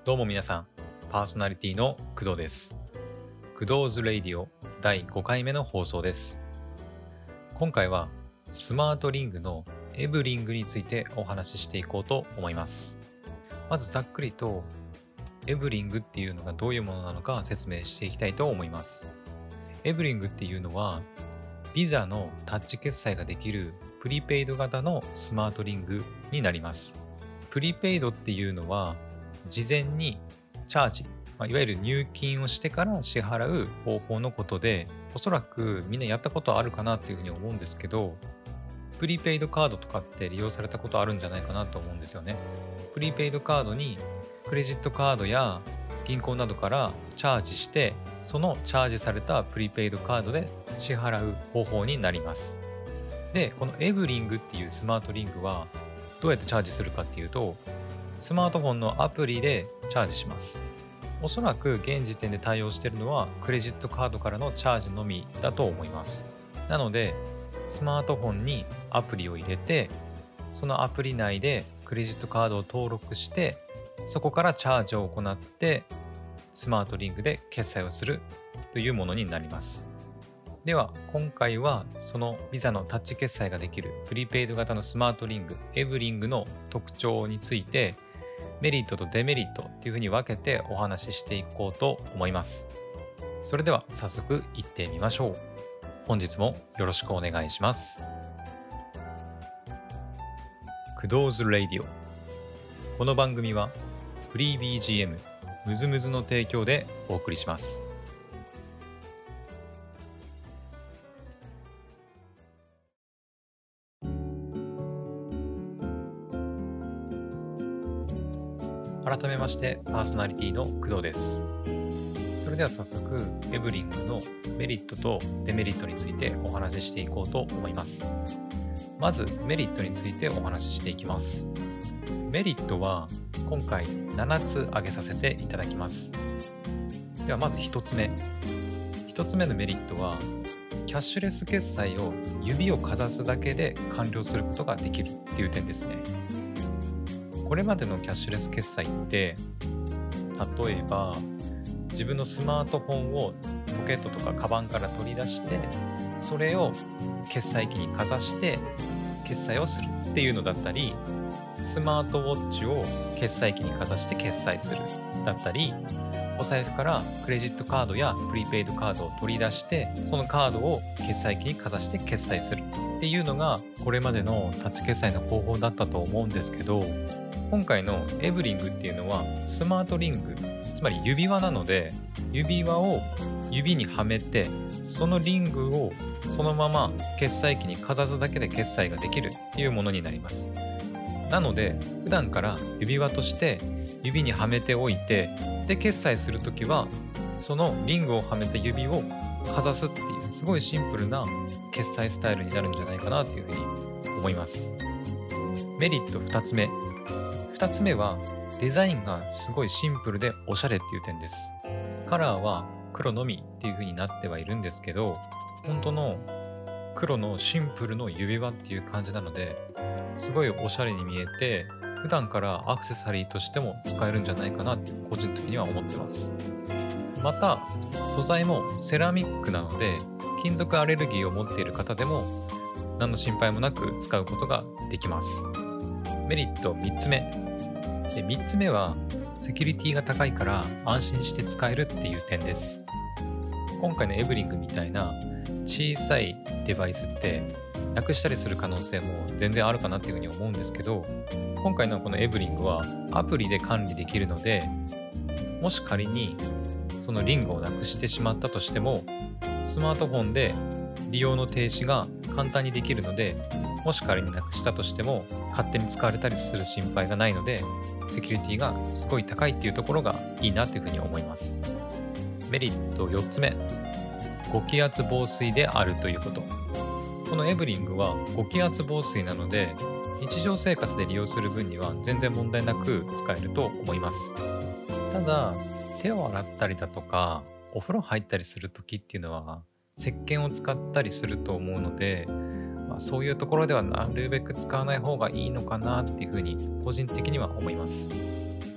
どうも皆さん、パーソナリティの工藤です。工藤ズレイディオ第5回目の放送です。今回はスマートリングのエブリングについてお話ししていこうと思います。まずざっくりとエブリングっていうのがどういうものなのか説明していきたいと思います。エブリングっていうのはビザのタッチ決済ができるプリペイド型のスマートリングになります。プリペイドっていうのは事前にチャージ、いわゆる入金をしてから支払う方法のことで、おそらくみんなやったことあるかなっていうふうに思うんですけど、プリペイドカードとかって利用されたことあるんじゃないかなと思うんですよね。プリペイドカードにクレジットカードや銀行などからチャージして、そのチャージされたプリペイドカードで支払う方法になります。で、このエブリングっていうスマートリングはどうやってチャージするかっていうと、スマートフォンのアプリでチャージします。おそらく現時点で対応しているのはクレジットカードからのチャージのみだと思います。なので、スマートフォンにアプリを入れて、そのアプリ内でクレジットカードを登録して、そこからチャージを行って、スマートリングで決済をするというものになります。では、今回はそのビザのタッチ決済ができるプリペイド型のスマートリング、エブリングの特徴について、メリットとデメリットっていうふうに分けてお話ししていこうと思います。それでは早速行ってみましょう。本日もよろしくお願いします。工藤ズレイディオ。この番組はフリー BGM ムズムズの提供でお送りします。改めましてパーソナリティの工藤です。それでは早速エブリングのメリットとデメリットについてお話ししていこうと思います。まずメリットについてお話ししていきます。メリットは今回7つ挙げさせていただきます。ではまず1つ目。1つ目のメリットはキャッシュレス決済を指をかざすだけで完了することができるっていう点ですね。これまでのキャッシュレス決済って例えば自分のスマートフォンをポケットとかカバンから取り出してそれを決済機にかざして決済をするっていうのだったり、スマートウォッチを決済機にかざして決済するだったり、お財布からクレジットカードやプリペイドカードを取り出してそのカードを決済機にかざして決済するっていうのがこれまでのタッチ決済の方法だったと思うんですけど、今回のエブリングっていうのはスマートリング、つまり指輪なので、指輪を指にはめてそのリングをそのまま決済機にかざすだけで決済ができるっていうものになります。なので普段から指輪として指にはめておいて、で決済するときはそのリングをはめた指をかざすっていうすごいシンプルな決済スタイルになるんじゃないかなっていうふうに思います。メリット2つ目。2つ目はデザインがすごいシンプルでおしゃれっていう点です。カラーは黒のみっていう風になってはいるんですけど、本当の黒のシンプルの指輪っていう感じなので、すごいおしゃれに見えて、普段からアクセサリーとしても使えるんじゃないかなって個人的には思ってます。また素材もセラミックなので、金属アレルギーを持っている方でも何の心配もなく使うことができます。メリット3つ目。で3つ目はセキュリティが高いから安心して使えるっていう点です。今回のエブリングみたいな小さいデバイスってなくしたりする可能性も全然あるかなっていうふうに思うんですけど、今回のこのエブリングはアプリで管理できるので、もし仮にそのリングをなくしてしまったとしてもスマートフォンで利用の停止が簡単にできるので、もし仮になくしたとしても勝手に使われたりする心配がないので、セキュリティがすごい高いっていうところがいいなというふうに思います。メリット4つ目。5気圧防水であるということ。このエブリングは5気圧防水なので、日常生活で利用する分には全然問題なく使えると思います。ただ、手を洗ったりだとか、お風呂入ったりするときっていうのは、石鹸を使ったりすると思うので、そういうところではなるべく使わない方がいいのかなっていうふうに個人的には思います。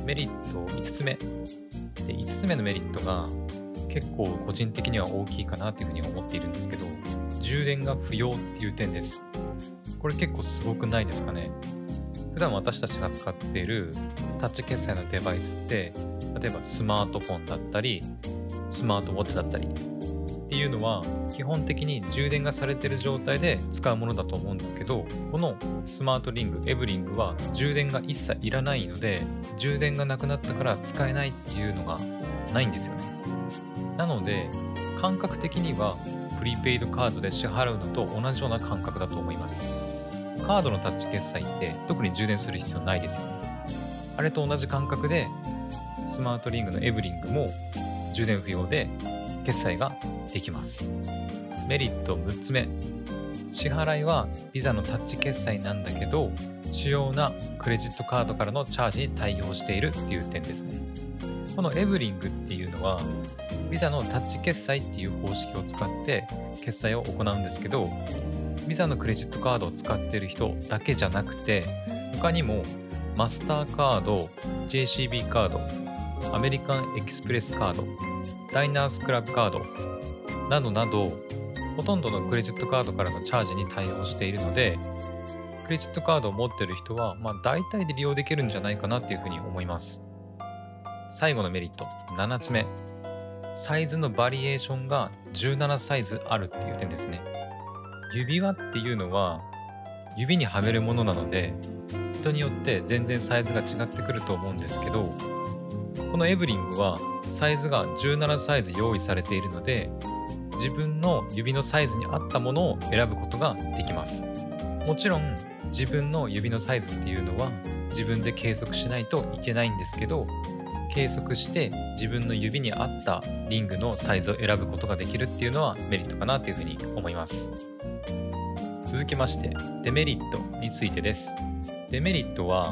メリット5つ目。で、5つ目のメリットが結構個人的には大きいかなというふうに思っているんですけど、充電が不要っていう点です。これ結構すごくないですかね。普段私たちが使っているタッチ決済のデバイスって、例えばスマートフォンだったり、スマートウォッチだったりっていうのは基本的に充電がされている状態で使うものだと思うんですけど、このスマートリング、エブリングは充電が一切いらないので、充電がなくなったから使えないっていうのがないんですよね。なので感覚的にはプリペイドカードで支払うのと同じような感覚だと思います。カードのタッチ決済って特に充電する必要ないですよね。あれと同じ感覚でスマートリングのエブリングも充電不要で決済ができます。メリット6つ目。支払いはビザのタッチ決済なんだけど、主要なクレジットカードからのチャージに対応しているっていう点ですね。このエブリングっていうのはビザのタッチ決済っていう方式を使って決済を行うんですけど、ビザのクレジットカードを使っている人だけじゃなくて、他にもマスターカード、JCB カード、アメリカンエキスプレスカード、ダイナースクラブカードなどなど、ほとんどのクレジットカードからのチャージに対応しているので、クレジットカードを持っている人は大体で利用できるんじゃないかなっていうふうに思います。最後のメリット7つ目。サイズのバリエーションが17サイズあるっていう点ですね。指輪っていうのは指にはめるものなので、人によって全然サイズが違ってくると思うんですけど、このエブリングはサイズが17サイズ用意されているので、自分の指のサイズに合ったものを選ぶことができます。もちろん自分の指のサイズっていうのは自分で計測しないといけないんですけど、計測して自分の指に合ったリングのサイズを選ぶことができるっていうのはメリットかなというふうに思います。続きましてデメリットについてです。デメリットは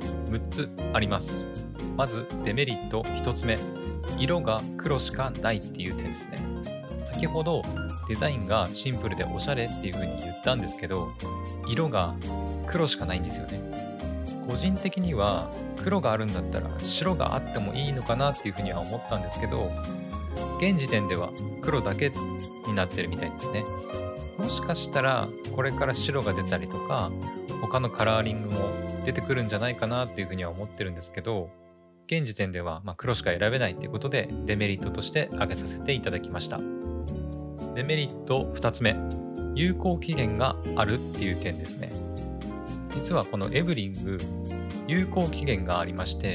6つあります。まずデメリット1つ目。色が黒しかないっていう点ですね。先ほどデザインがシンプルでおしゃれっていうふうに言ったんですけど、色が黒しかないんですよね。個人的には黒があるんだったら白があってもいいのかなっていうふうには思ったんですけど、現時点では黒だけになってるみたいですね。もしかしたらこれから白が出たりとか他のカラーリングも出てくるんじゃないかなっていうふうには思ってるんですけど、現時点では黒しか選べないっていうことでデメリットとして挙げさせていただきました。デメリット2つ目。有効期限があるっていう点ですね。実はこのエブリング有効期限がありまして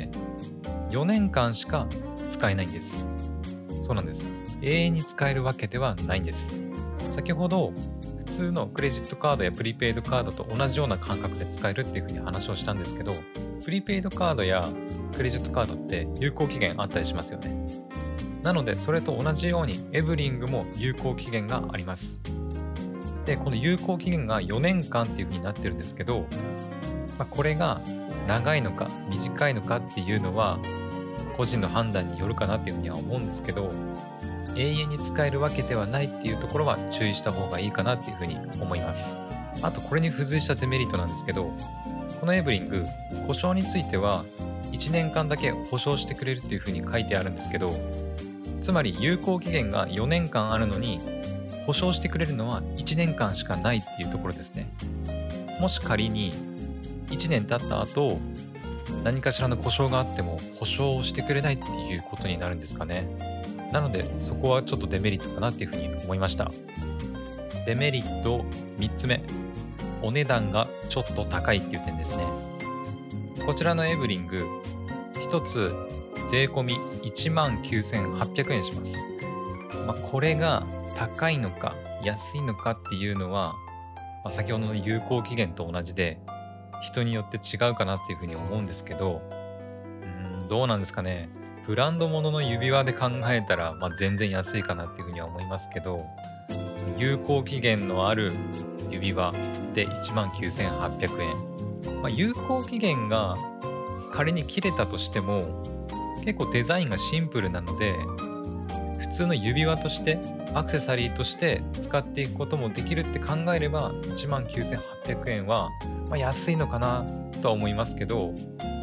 、4年間しか使えないんです。そうなんです。永遠に使えるわけではないんです。先ほど普通のクレジットカードやプリペイドカードと同じような感覚で使えるっていうふうに話をしたんですけど、プリペイドカードやクレジットカードって有効期限あったりしますよね。なのでそれと同じようにエブリングも有効期限があります。で、この有効期限が4年間っていうふうになってるんですけど、これが長いのか短いのかっていうのは個人の判断によるかなっていうふうには思うんですけど、永遠に使えるわけではないっていうところは注意した方がいいかなっていうふうに思います。あとこれに付随したデメリットなんですけど、このエブリング故障については1年間だけ保証してくれるっていうふうに書いてあるんですけど、つまり有効期限が4年間あるのに保証してくれるのは1年間しかないっていうところですね。もし仮に1年経った後何かしらの故障があっても保証をしてくれないっていうことになるんですかね。なのでそこはちょっとデメリットかなっていうふうに思いました。デメリット3つ目。お値段がちょっと高いっていう点ですね。こちらのエブリング1つ税込み 19,800 円します。これが高いのか安いのかっていうのは、先ほどの有効期限と同じで人によって違うかなっていうふうに思うんですけど、どうなんですかね。ブランド物の指輪で考えたら、全然安いかなっていうふうには思いますけど、有効期限のある指輪で 19,800 円、有効期限が仮に切れたとしても結構デザインがシンプルなので、普通の指輪としてアクセサリーとして使っていくこともできるって考えれば 19,800 円は安いのかなとは思いますけど、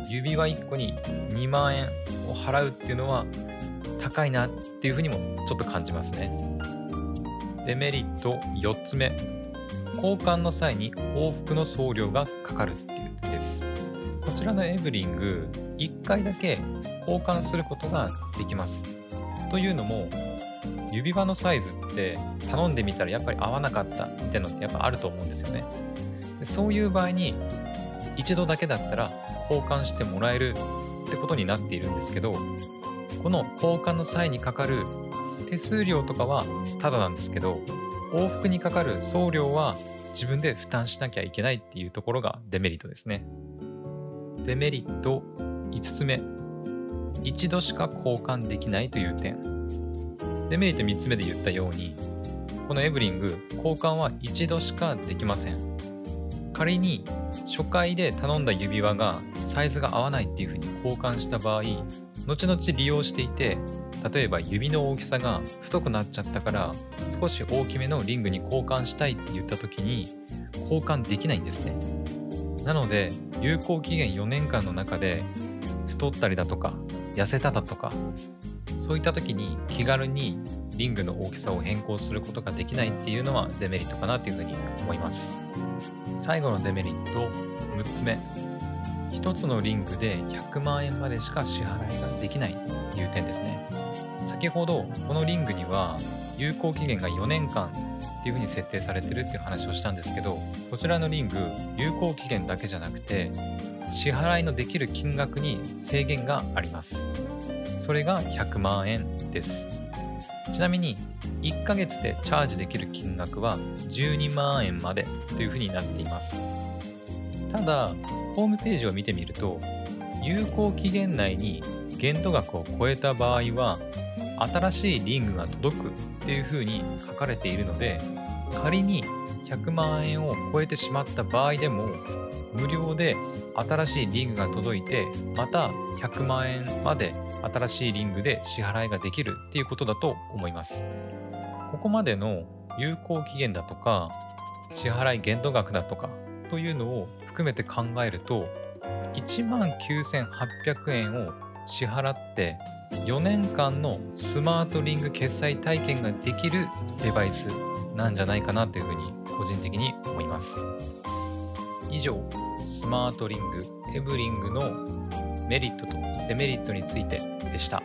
指輪1個に2万円を払うっていうのは高いなっていうふうにもちょっと感じますね。デメリット4つ目、交換の際に往復の送料がかかるっていう点です。こちらのエブリング1回だけ交換することができます。というのも、指輪のサイズって頼んでみたらやっぱり合わなかったみたいなのってやっぱあると思うんですよね。でそういう場合に一度だけだったら交換してもらえるってことになっているんですけど、この交換の際にかかる手数料とかはタダなんですけど、往復にかかる送料は自分で負担しなきゃいけないっていうところがデメリットですね。デメリット5つ目、一度しか交換できないという点。デメリット3つ目で言ったように、このエブリング交換は一度しかできません。仮に初回で頼んだ指輪がサイズが合わないっていうふうに交換した場合、後々利用していて、例えば指の大きさが太くなっちゃったから少し大きめのリングに交換したいって言った時に交換できないんですね。なので有効期限4年間の中で太ったりだとか痩せただとか、そういった時に気軽にリングの大きさを変更することができないっていうのはデメリットかなというふうに思います。最後のデメリット6つ目、1つのリングで100万円までしか支払いができないという点ですね。先ほどこのリングには有効期限が4年間っていう風に設定されてるっていう話をしたんですけど、こちらのリング有効期限だけじゃなくて支払いのできる金額に制限があります。それが100万円です。ちなみに1ヶ月でチャージできる金額は12万円までという風になっています。ただホームページを見てみると、有効期限内に限度額を超えた場合は新しいリングが届くっていう風に書かれているので、仮に100万円を超えてしまった場合でも無料で新しいリングが届いて、また100万円まで新しいリングで支払いができるっていうことだと思います。ここまでの有効期限だとか支払い限度額だとかというのを含めて考えると、19,800円を支払って4年間のスマートリング決済体験ができるデバイスなんじゃないかなというふうに個人的に思います。以上、スマートリングエブリングのメリットとデメリットについてでした。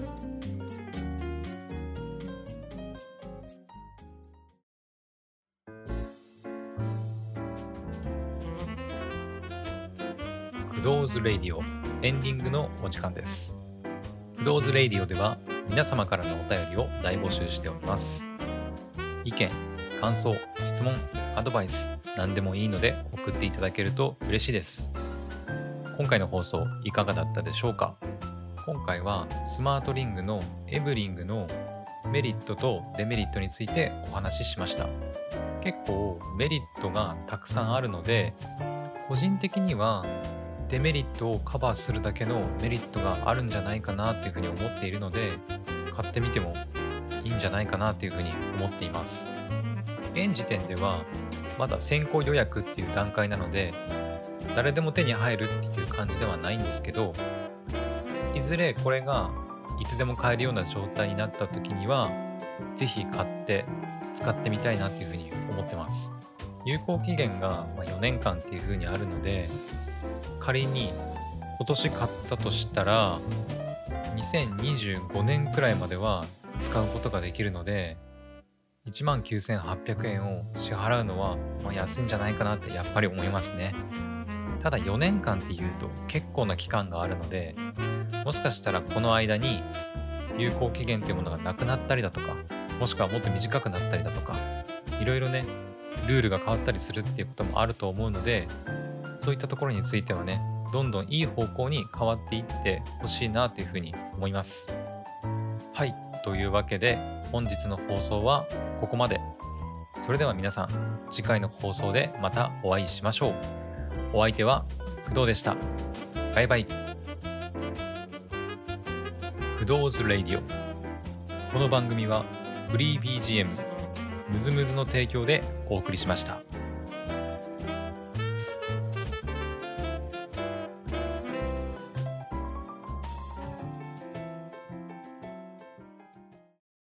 クドーズレイディオエンディングのお時間です。クドーズレイディオでは皆様からのお便りを大募集しております。意見、感想、質問、アドバイス、何でもいいので送っていただけると嬉しいです。今回の放送いかがだったでしょうか。今回はスマートリングのエブリングのメリットとデメリットについてお話ししました。結構メリットがたくさんあるので、個人的にはデメリットをカバーするだけのメリットがあるんじゃないかなというふうに思っているので、買ってみてもいいんじゃないかなというふうに思っています。現時点ではまだ先行予約っていう段階なので、誰でも手に入るっていう感じではないんですけど、いずれこれがいつでも買えるような状態になった時にはぜひ買って使ってみたいなっていうふうに思ってます。有効期限が4年間っていうふうにあるので、仮に今年買ったとしたら2025年くらいまでは使うことができるので、19,800円を支払うのは安いんじゃないかなってやっぱり思いますね。ただ4年間っていうと結構な期間があるので、もしかしたらこの間に有効期限っていうものがなくなったりだとか、もしくはもっと短くなったりだとか、いろいろねルールが変わったりするっていうこともあると思うので、そういったところについてはね、どんどんいい方向に変わっていってほしいなというふうに思います。はい、というわけで本日の放送はここまで。それでは皆さん、次回の放送でまたお会いしましょう。お相手は工藤でした。バイバイ。クドーズレイディオ。この番組はフリー BGM ムズムズの提供でお送りしました。